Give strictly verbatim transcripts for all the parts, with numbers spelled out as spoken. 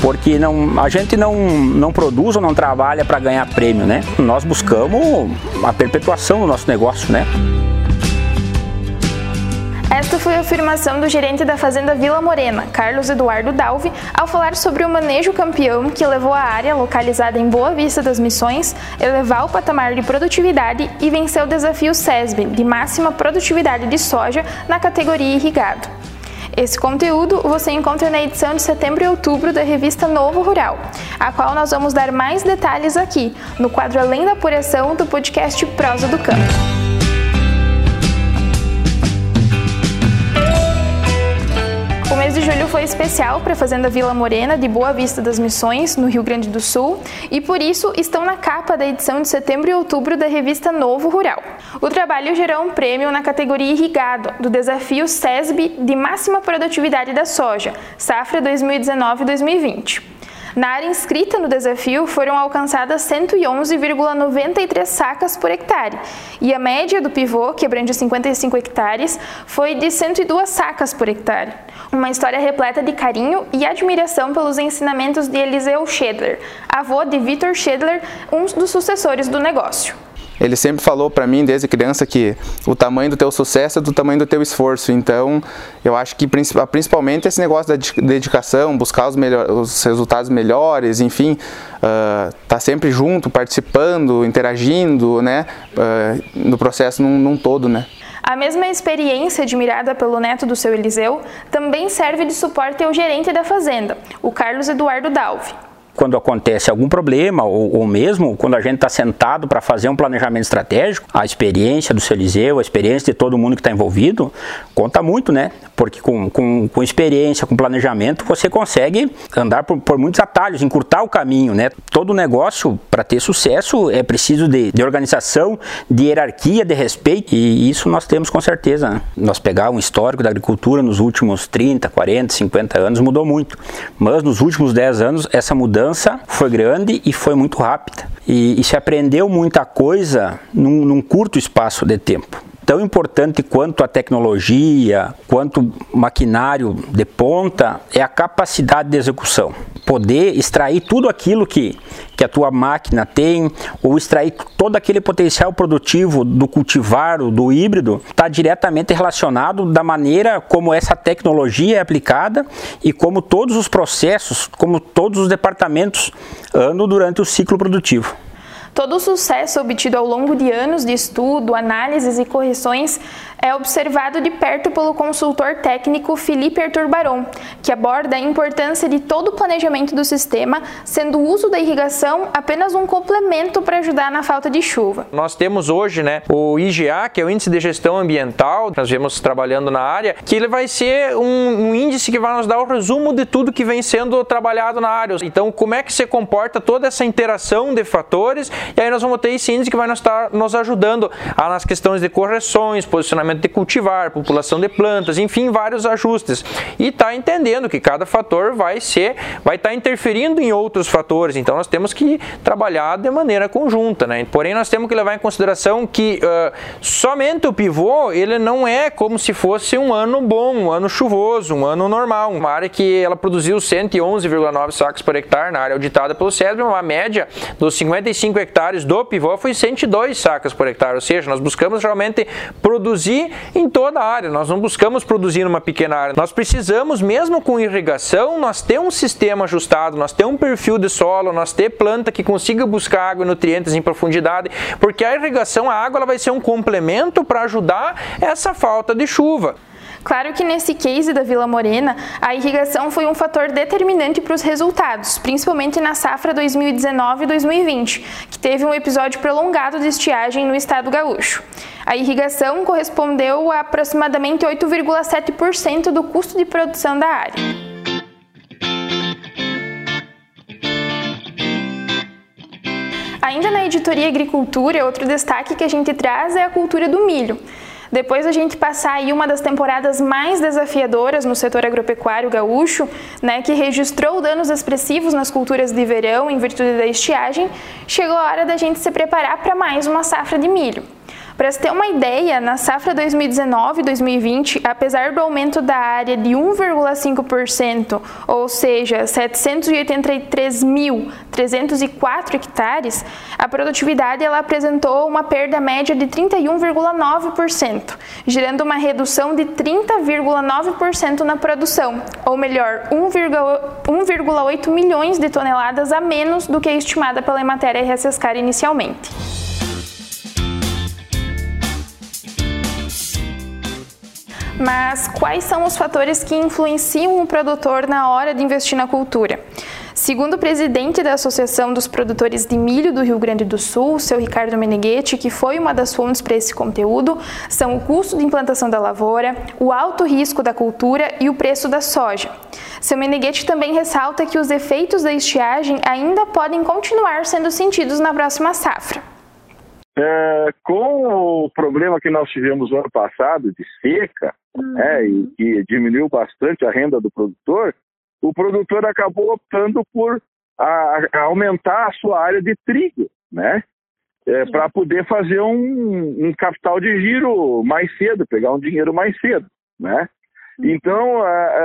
porque não, a gente não, não produz ou não trabalha para ganhar prêmio, né? Nós buscamos a perpetuação do nosso negócio, né? Esta foi a afirmação do gerente da Fazenda Vila Morena, Carlos Eduardo Dalvi, ao falar sobre o manejo campeão que levou a área, localizada em Boa Vista das Missões, elevar o patamar de produtividade e vencer o desafio SESB, de máxima produtividade de soja, na categoria irrigado. Esse conteúdo você encontra na edição de setembro e outubro da revista Novo Rural, a qual nós vamos dar mais detalhes aqui, no quadro Além da Apuração do podcast Prosa do Campo. O mês de julho foi especial para a Fazenda Vila Morena de Boa Vista das Missões, no Rio Grande do Sul, e por isso estão na capa da edição de setembro e outubro da revista Novo Rural. O trabalho gerou um prêmio na categoria irrigado, do desafio SESB de máxima produtividade da soja, safra dois mil e dezenove a dois mil e vinte. Na área inscrita no desafio foram alcançadas cento e onze vírgula noventa e três sacas por hectare, e a média do pivô, que abrange cinquenta e cinco hectares, foi de cento e duas sacas por hectare. Uma história repleta de carinho e admiração pelos ensinamentos de Eliseu Schedler, avô de Vitor Schedler, um dos sucessores do negócio. Ele sempre falou para mim, desde criança, que o tamanho do teu sucesso é do tamanho do teu esforço. Então, eu acho que principalmente esse negócio da dedicação, buscar os, melhor, os resultados melhores, enfim, uh, tá sempre junto, participando, interagindo, né, uh, no processo num, num todo, né. A mesma experiência admirada pelo neto do seu Eliseu também serve de suporte ao gerente da fazenda, o Carlos Eduardo Dalvi. Quando acontece algum problema, ou, ou mesmo quando a gente está sentado para fazer um planejamento estratégico, a experiência do seu Eliseu, a experiência de todo mundo que está envolvido, conta muito, né? Porque com, com, com experiência, com planejamento, você consegue andar por, por muitos atalhos, encurtar o caminho, né? Todo negócio, para ter sucesso, é preciso de, de organização, de hierarquia, de respeito, e isso nós temos com certeza, né? Nós pegar um histórico da agricultura nos últimos trinta, quarenta, cinquenta anos, mudou muito. Mas nos últimos dez anos, essa mudança foi grande e foi muito rápida. E, e se aprendeu muita coisa num, num curto espaço de tempo. Tão importante quanto a tecnologia, quanto o maquinário de ponta, é a capacidade de execução. Poder extrair tudo aquilo que, que a tua máquina tem, ou extrair todo aquele potencial produtivo do cultivar, do híbrido, está diretamente relacionado da maneira como essa tecnologia é aplicada e como todos os processos, como todos os departamentos andam durante o ciclo produtivo. Todo o sucesso obtido ao longo de anos de estudo, análises e correções é observado de perto pelo consultor técnico Felipe Arthur Baron, que aborda a importância de todo o planejamento do sistema, sendo o uso da irrigação apenas um complemento para ajudar na falta de chuva. Nós temos hoje, né, o I G A, que é o Índice de Gestão Ambiental, nós vemos trabalhando na área, que ele vai ser um, um índice que vai nos dar o resumo de tudo que vem sendo trabalhado na área. Então, como é que se comporta toda essa interação de fatores, e aí nós vamos ter esse índice que vai nos estar nos ajudando a, nas questões de correções, posicionamento de cultivar, população de plantas, enfim, vários ajustes. E está entendendo que cada fator vai ser, vai estar tá interferindo em outros fatores, então nós temos que trabalhar de maneira conjunta, né? Porém, nós temos que levar em consideração que uh, somente o pivô, ele não é como se fosse um ano bom, um ano chuvoso, um ano normal. Uma área que ela produziu cento e onze vírgula nove sacos por hectare, na área auditada pelo SESB, uma média dos cinquenta e cinco hectares do pivô foi cento e dois sacas por hectare, ou seja, nós buscamos realmente produzir em toda a área, nós não buscamos produzir numa pequena área, nós precisamos, mesmo com irrigação, nós ter um sistema ajustado, nós ter um perfil de solo, nós ter planta que consiga buscar água e nutrientes em profundidade, porque a irrigação, a água, ela vai ser um complemento para ajudar essa falta de chuva. Claro que nesse case da Vila Morena, a irrigação foi um fator determinante para os resultados, principalmente na safra dois mil e dezenove e dois mil e vinte, que teve um episódio prolongado de estiagem no estado gaúcho. A irrigação correspondeu a aproximadamente oito vírgula sete por cento do custo de produção da área. Ainda na editoria Agricultura, outro destaque que a gente traz é a cultura do milho. Depois a gente passar aí uma das temporadas mais desafiadoras no setor agropecuário gaúcho, né, que registrou danos expressivos nas culturas de verão em virtude da estiagem, chegou a hora da gente se preparar para mais uma safra de milho. Para se ter uma ideia, na safra dois mil e dezenove dois mil e vinte, apesar do aumento da área de um vírgula cinco por cento, ou seja, setecentos e oitenta e três mil trezentos e quatro hectares, a produtividade ela apresentou uma perda média de trinta e um vírgula nove por cento, gerando uma redução de trinta vírgula nove por cento na produção, ou melhor, um vírgula oito milhões de toneladas a menos do que a estimada pela Emater R S S C A R inicialmente. Mas quais são os fatores que influenciam o produtor na hora de investir na cultura? Segundo o presidente da Associação dos Produtores de Milho do Rio Grande do Sul, seu Ricardo Meneghetti, que foi uma das fontes para esse conteúdo, são o custo de implantação da lavoura, o alto risco da cultura e o preço da soja. Seu Meneghetti também ressalta que os efeitos da estiagem ainda podem continuar sendo sentidos na próxima safra. É, com o problema que nós tivemos no ano passado de seca, uhum. é, e que diminuiu bastante a renda do produtor, o produtor acabou optando por a, a aumentar a sua área de trigo, né? É, para poder fazer um, um capital de giro mais cedo, pegar um dinheiro mais cedo, né? Uhum. Então,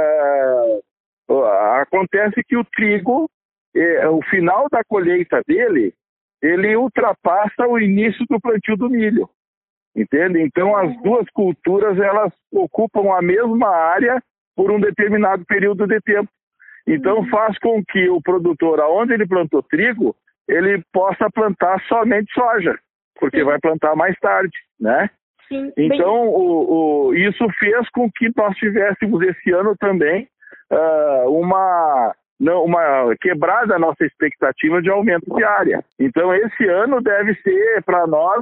a, a, acontece que o trigo, é, o final da colheita dele, ele ultrapassa o início do plantio do milho, entende? Então, as duas culturas, elas ocupam a mesma área por um determinado período de tempo. Então, faz com que o produtor, aonde ele plantou trigo, ele possa plantar somente soja, porque Sim. vai plantar mais tarde, né? Sim. Então, o, o, isso fez com que nós tivéssemos esse ano também uh, uma... Não, uma quebrada da nossa expectativa de aumento de área. Então, esse ano deve ser, para nós,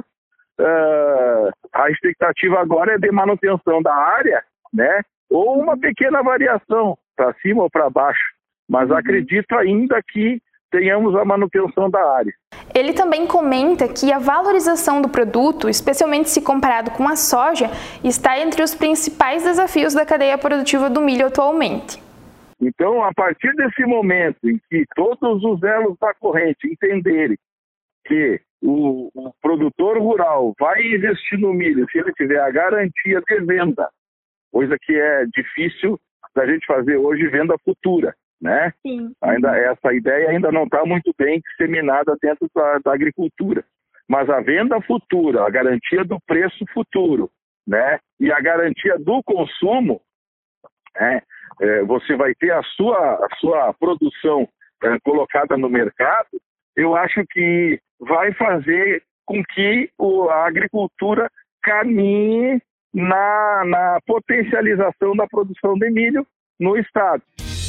uh, a expectativa agora é de manutenção da área, né? Ou uma pequena variação, para cima ou para baixo. Mas uhum. acredito ainda que tenhamos a manutenção da área. Ele também comenta que a valorização do produto, especialmente se comparado com a soja, está entre os principais desafios da cadeia produtiva do milho atualmente. Então, a partir desse momento em que todos os elos da corrente entenderem que o, o produtor rural vai investir no milho se ele tiver a garantia de venda, coisa que é difícil da gente fazer hoje, venda futura, né? Sim. Ainda, essa ideia ainda não está muito bem disseminada dentro da, da agricultura. Mas a venda futura, a garantia do preço futuro, né? E a garantia do consumo, né? É, você vai ter a sua, a sua produção é, colocada no mercado, eu acho que vai fazer com que o, a agricultura caminhe na, na potencialização da produção de milho no estado.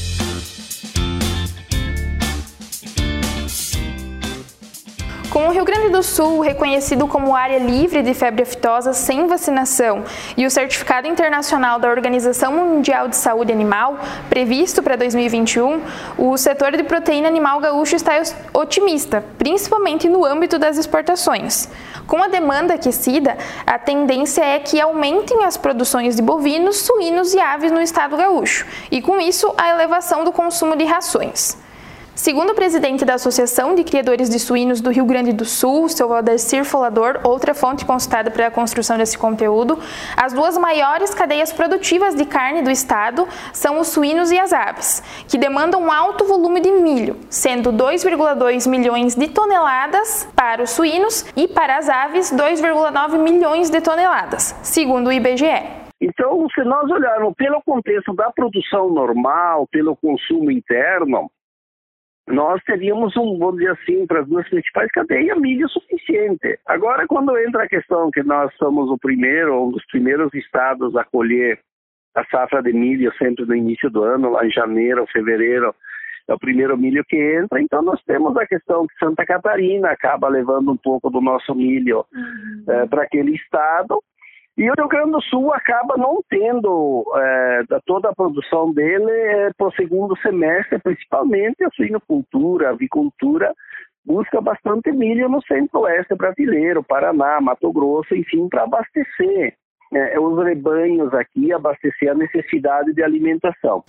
Com o Rio Grande do Sul reconhecido como área livre de febre aftosa sem vacinação e o certificado internacional da Organização Mundial de Saúde Animal, previsto para dois mil e vinte e um, o setor de proteína animal gaúcho está otimista, principalmente no âmbito das exportações. Com a demanda aquecida, a tendência é que aumentem as produções de bovinos, suínos e aves no estado gaúcho, e com isso a elevação do consumo de rações. Segundo o presidente da Associação de Criadores de Suínos do Rio Grande do Sul, seu Valdecir Folador, outra fonte consultada para a construção desse conteúdo, as duas maiores cadeias produtivas de carne do estado são os suínos e as aves, que demandam um alto volume de milho, sendo dois vírgula dois milhões de toneladas para os suínos e para as aves dois vírgula nove milhões de toneladas, segundo o I B G E. Então, se nós olharmos pelo contexto da produção normal, pelo consumo interno, nós teríamos um, vamos dizer assim, para as duas principais cadeias, milho suficiente. Agora, quando entra a questão que nós somos o primeiro, um dos primeiros estados a colher a safra de milho sempre no início do ano, lá em janeiro, fevereiro, é o primeiro milho que entra, então nós temos a questão que Santa Catarina acaba levando um pouco do nosso milho uhum. é, para aquele estado. E o Rio Grande do Sul acaba não tendo é, toda a produção dele é, para o segundo semestre, principalmente a suinocultura, a avicultura, busca bastante milho no centro-oeste brasileiro, Paraná, Mato Grosso, enfim, para abastecer é, os rebanhos aqui, abastecer a necessidade de alimentação.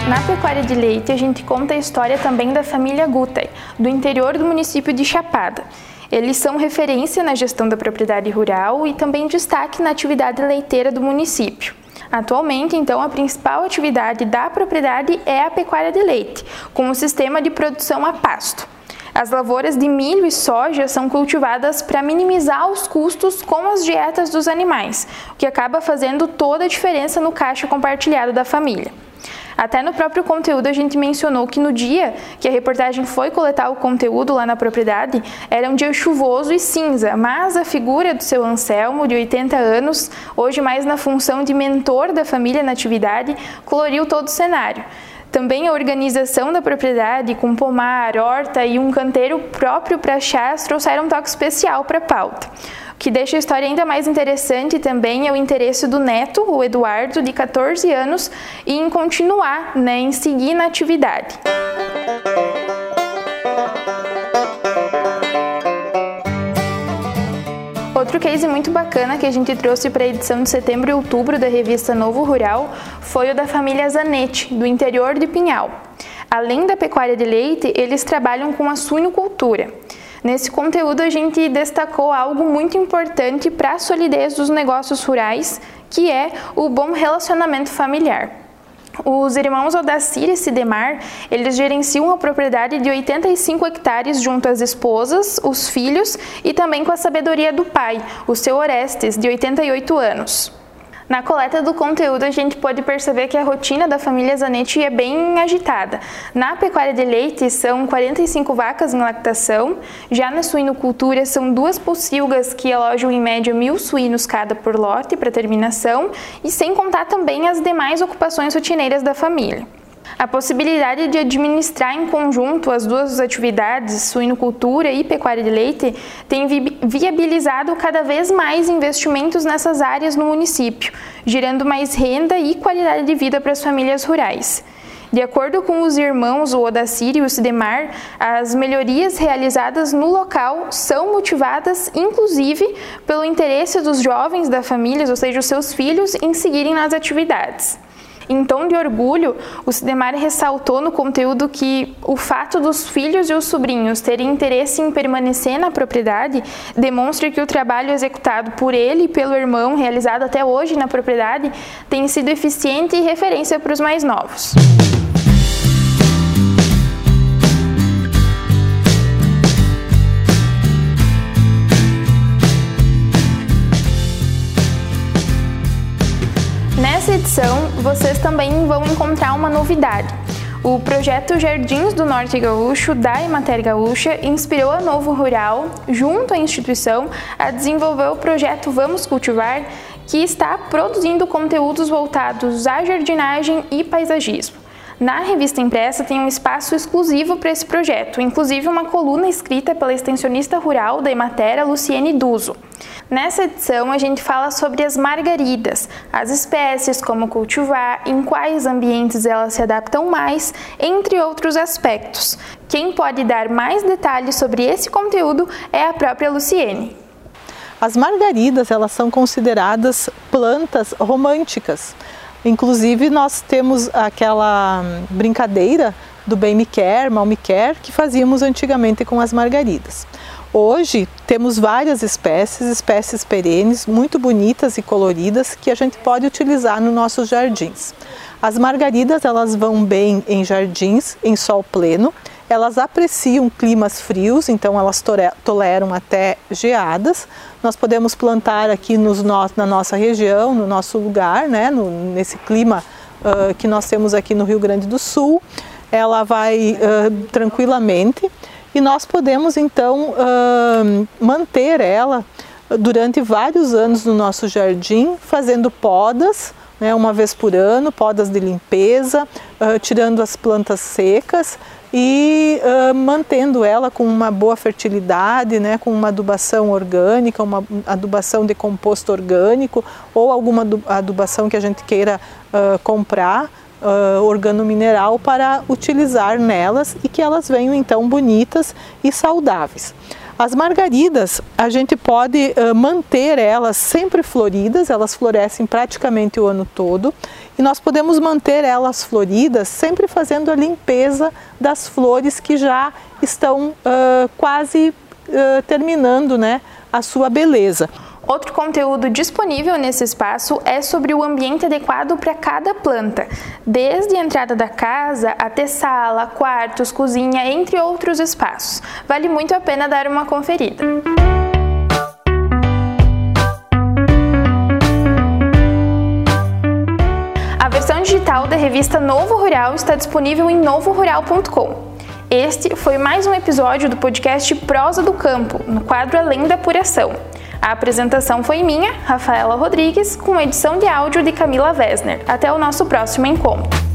Na pecuária de leite, a gente conta a história também da família Gutai, do interior do município de Chapada. Eles são referência na gestão da propriedade rural e também destaque na atividade leiteira do município. Atualmente, então, a principal atividade da propriedade é a pecuária de leite, com o sistema de produção a pasto. As lavouras de milho e soja são cultivadas para minimizar os custos com as dietas dos animais, o que acaba fazendo toda a diferença no caixa compartilhado da família. Até no próprio conteúdo a gente mencionou que no dia que a reportagem foi coletar o conteúdo lá na propriedade, era um dia chuvoso e cinza, mas a figura do seu Anselmo, de oitenta anos, hoje mais na função de mentor da família na atividade, coloriu todo o cenário. Também a organização da propriedade, com pomar, horta e um canteiro próprio para chás, trouxeram um toque especial para a pauta. O que deixa a história ainda mais interessante também é o interesse do neto, o Eduardo, de quatorze anos, em continuar, né, em seguir na atividade. Outro case muito bacana que a gente trouxe para a edição de setembro e outubro da revista Novo Rural foi o da família Zanetti, do interior de Pinhal. Além da pecuária de leite, eles trabalham com a suinocultura. Nesse conteúdo a gente destacou algo muito importante para a solidez dos negócios rurais, que é o bom relacionamento familiar. Os irmãos Odacir e Sidemar, eles gerenciam a propriedade de oitenta e cinco hectares junto às esposas, os filhos e também com a sabedoria do pai, o seu Orestes, de oitenta e oito anos. Na coleta do conteúdo, a gente pode perceber que a rotina da família Zanetti é bem agitada. Na pecuária de leite, são quarenta e cinco vacas em lactação. Já na suinocultura, são duas pocilgas que alojam em média mil suínos cada por lote para terminação, e sem contar também as demais ocupações rotineiras da família. A possibilidade de administrar em conjunto as duas atividades, suinocultura e pecuária de leite, tem vi viabilizado cada vez mais investimentos nessas áreas no município, gerando mais renda e qualidade de vida para as famílias rurais. De acordo com os irmãos, o Odacir e o Sidemar, as melhorias realizadas no local são motivadas, inclusive, pelo interesse dos jovens da família, ou seja, os seus filhos, em seguirem nas atividades. Em tom de orgulho, o Sidemar ressaltou no conteúdo que o fato dos filhos e os sobrinhos terem interesse em permanecer na propriedade demonstra que o trabalho executado por ele e pelo irmão, realizado até hoje na propriedade, tem sido eficiente e referência para os mais novos. Nessa edição, vocês também vão encontrar uma novidade. O projeto Jardins do Norte Gaúcho, da Emater Gaúcha, inspirou a Novo Rural, junto à instituição, a desenvolver o projeto Vamos Cultivar, que está produzindo conteúdos voltados à jardinagem e paisagismo. Na revista impressa tem um espaço exclusivo para esse projeto, inclusive uma coluna escrita pela extensionista rural da Emater, Luciene Duso. Nessa edição a gente fala sobre as margaridas, as espécies, como cultivar, em quais ambientes elas se adaptam mais, entre outros aspectos. Quem pode dar mais detalhes sobre esse conteúdo é a própria Luciene. As margaridas, elas são consideradas plantas românticas. Inclusive nós temos aquela brincadeira do bem me quer, mal me quer, que fazíamos antigamente com as margaridas. Hoje temos várias espécies, espécies perenes, muito bonitas e coloridas, que a gente pode utilizar nos nossos jardins. As margaridas, elas vão bem em jardins, em sol pleno, elas apreciam climas frios, então elas toleram até geadas. Nós podemos plantar aqui nos no, na nossa região, no nosso lugar, né, no, nesse clima uh, que nós temos aqui no Rio Grande do Sul. Ela vai uh, tranquilamente e nós podemos então uh, manter ela durante vários anos no nosso jardim, fazendo podas, né, uma vez por ano, podas de limpeza, uh, tirando as plantas secas, e uh, mantendo ela com uma boa fertilidade, né, com uma adubação orgânica, uma adubação de composto orgânico ou alguma adubação que a gente queira uh, comprar, uh, organomineral, para utilizar nelas e que elas venham então bonitas e saudáveis. As margaridas, a gente pode uh, manter elas sempre floridas, elas florescem praticamente o ano todo e nós podemos manter elas floridas sempre fazendo a limpeza das flores que já estão uh, quase uh, terminando, né, a sua beleza. Outro conteúdo disponível nesse espaço é sobre o ambiente adequado para cada planta, desde a entrada da casa até sala, quartos, cozinha, entre outros espaços. Vale muito a pena dar uma conferida. A versão digital da revista Novo Rural está disponível em novo rural ponto com. Este foi mais um episódio do podcast Prosa do Campo, no quadro Além da Apuração. A apresentação foi minha, Rafaela Rodrigues, com edição de áudio de Camila Wesner. Até o nosso próximo encontro.